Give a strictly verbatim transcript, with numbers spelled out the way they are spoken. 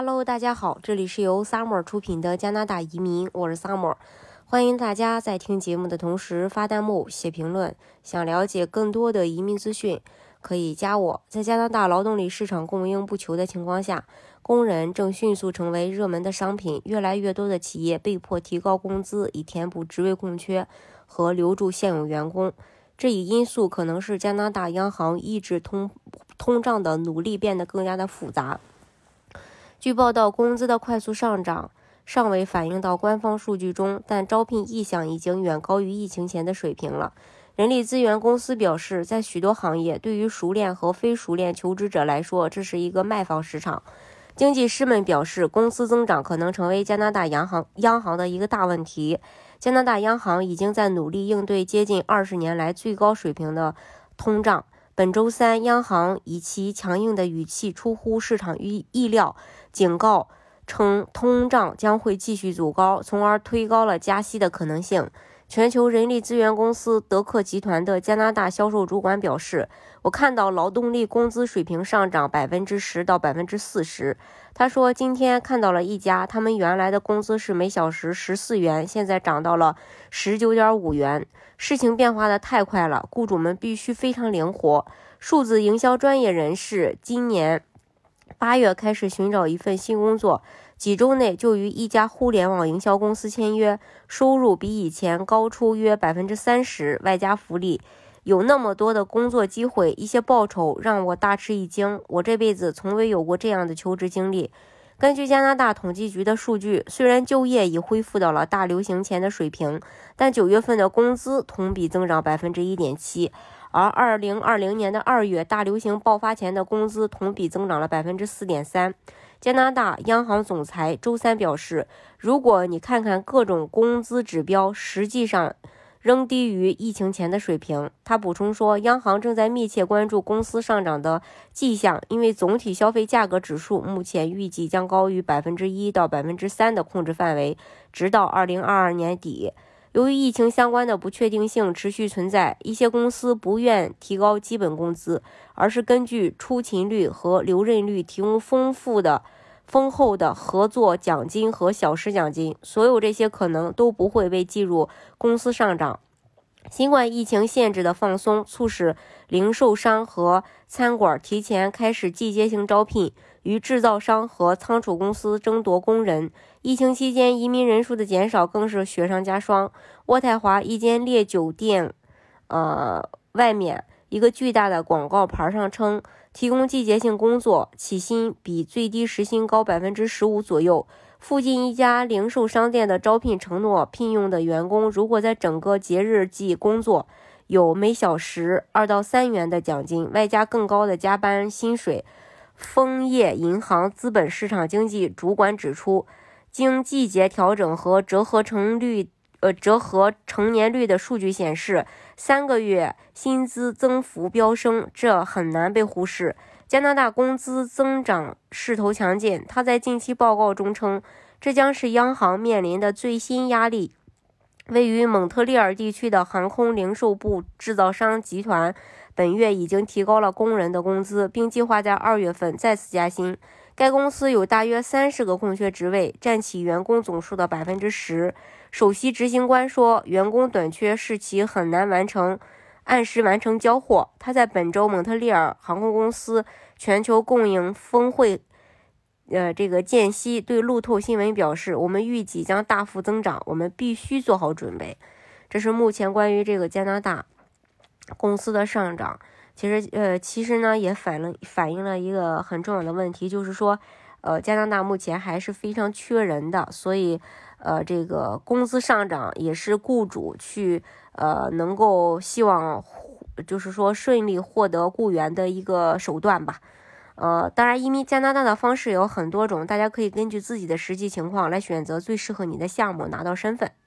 Hello， 大家好，这里是由 Summer 出品的加拿大移民，我是 Summer， 欢迎大家在听节目的同时发弹幕、写评论。想了解更多的移民资讯，可以加我。在加拿大劳动力市场供应不求的情况下，工人正迅速成为热门的商品，越来越多的企业被迫提高工资以填补职位空缺和留住现有员工。这一因素可能是加拿大央行抑制通通胀的努力变得更加的复杂。据报道，工资的快速上涨尚未反映到官方数据中，但招聘意向已经远高于疫情前的水平了。人力资源公司表示，在许多行业，对于熟练和非熟练求职者来说，这是一个卖方市场。经济师们表示，工资增长可能成为加拿大央行央行的一个大问题。加拿大央行已经在努力应对接近二十年来最高水平的通胀。本周三，央行以其强硬的语气出乎市场意意料，警告称通胀将会继续走高，从而推高了加息的可能性。全球人力资源公司德克集团的加拿大销售主管表示，我看到劳动力工资水平上涨百分之十到百分之四十。他说，今天看到了一家，他们原来的工资是每小时十四元，现在涨到了十九点五元。事情变化的太快了，雇主们必须非常灵活。数字营销专业人士今年八月开始寻找一份新工作，几周内就与一家互联网营销公司签约，收入比以前高出约百分之三十，外加福利。有那么多的工作机会，一些报酬让我大吃一惊。我这辈子从未有过这样的求职经历。根据加拿大统计局的数据，虽然就业已恢复到了大流行前的水平，但九月份的工资同比增长百分之一点七。而二零二零年的二月，大流行爆发前的工资同比增长了百分之四点三。加拿大央行总裁周三表示，如果你看看各种工资指标，实际上仍低于疫情前的水平。他补充说，央行正在密切关注公司上涨的迹象，因为总体消费价格指数目前预计将高于百分之一到百分之三的控制范围，直到二零二二年底。由于疫情相关的不确定性持续存在，一些公司不愿提高基本工资，而是根据出勤率和留任率提供丰富的、丰厚的合作奖金和小时奖金。所有这些可能都不会被计入公司上涨。新冠疫情限制的放松，促使零售商和餐馆提前开始季节性招聘，与制造商和仓储公司争夺工人。疫情期间，移民人数的减少更是雪上加霜。渥太华一间烈酒店，呃，外面一个巨大的广告牌上称，提供季节性工作，起薪比最低时薪高百分之十五左右。附近一家零售商店的招聘承诺，聘用的员工如果在整个节日季工作，有每小时二到三元的奖金，外加更高的加班薪水。枫叶银行资本市场经济主管指出，经季节调整和折合成率呃折合成年率的数据显示，三个月薪资增幅飙升，这很难被忽视。加拿大工资增长势头强劲，他在近期报告中称，这将是央行面临的最新压力。位于蒙特利尔地区的航空零售部制造商集团本月已经提高了工人的工资，并计划在二月份再次加薪。该公司有大约三十个空缺职位，占其员工总数的百分之十。首席执行官说，员工短缺使其很难完成按时完成交货。他在本周蒙特利尔航空公司全球供应峰会呃，这个间隙对路透新闻表示，我们预计将大幅增长，我们必须做好准备。这是目前关于这个加拿大公司的上涨。其实呃，其实呢也反映反映了一个很重要的问题，就是说呃，加拿大目前还是非常缺人的，所以呃，这个工资上涨也是雇主去呃能够希望就是说顺利获得雇员的一个手段吧。呃，当然移民加拿大的方式有很多种，大家可以根据自己的实际情况来选择最适合你的项目，拿到身份。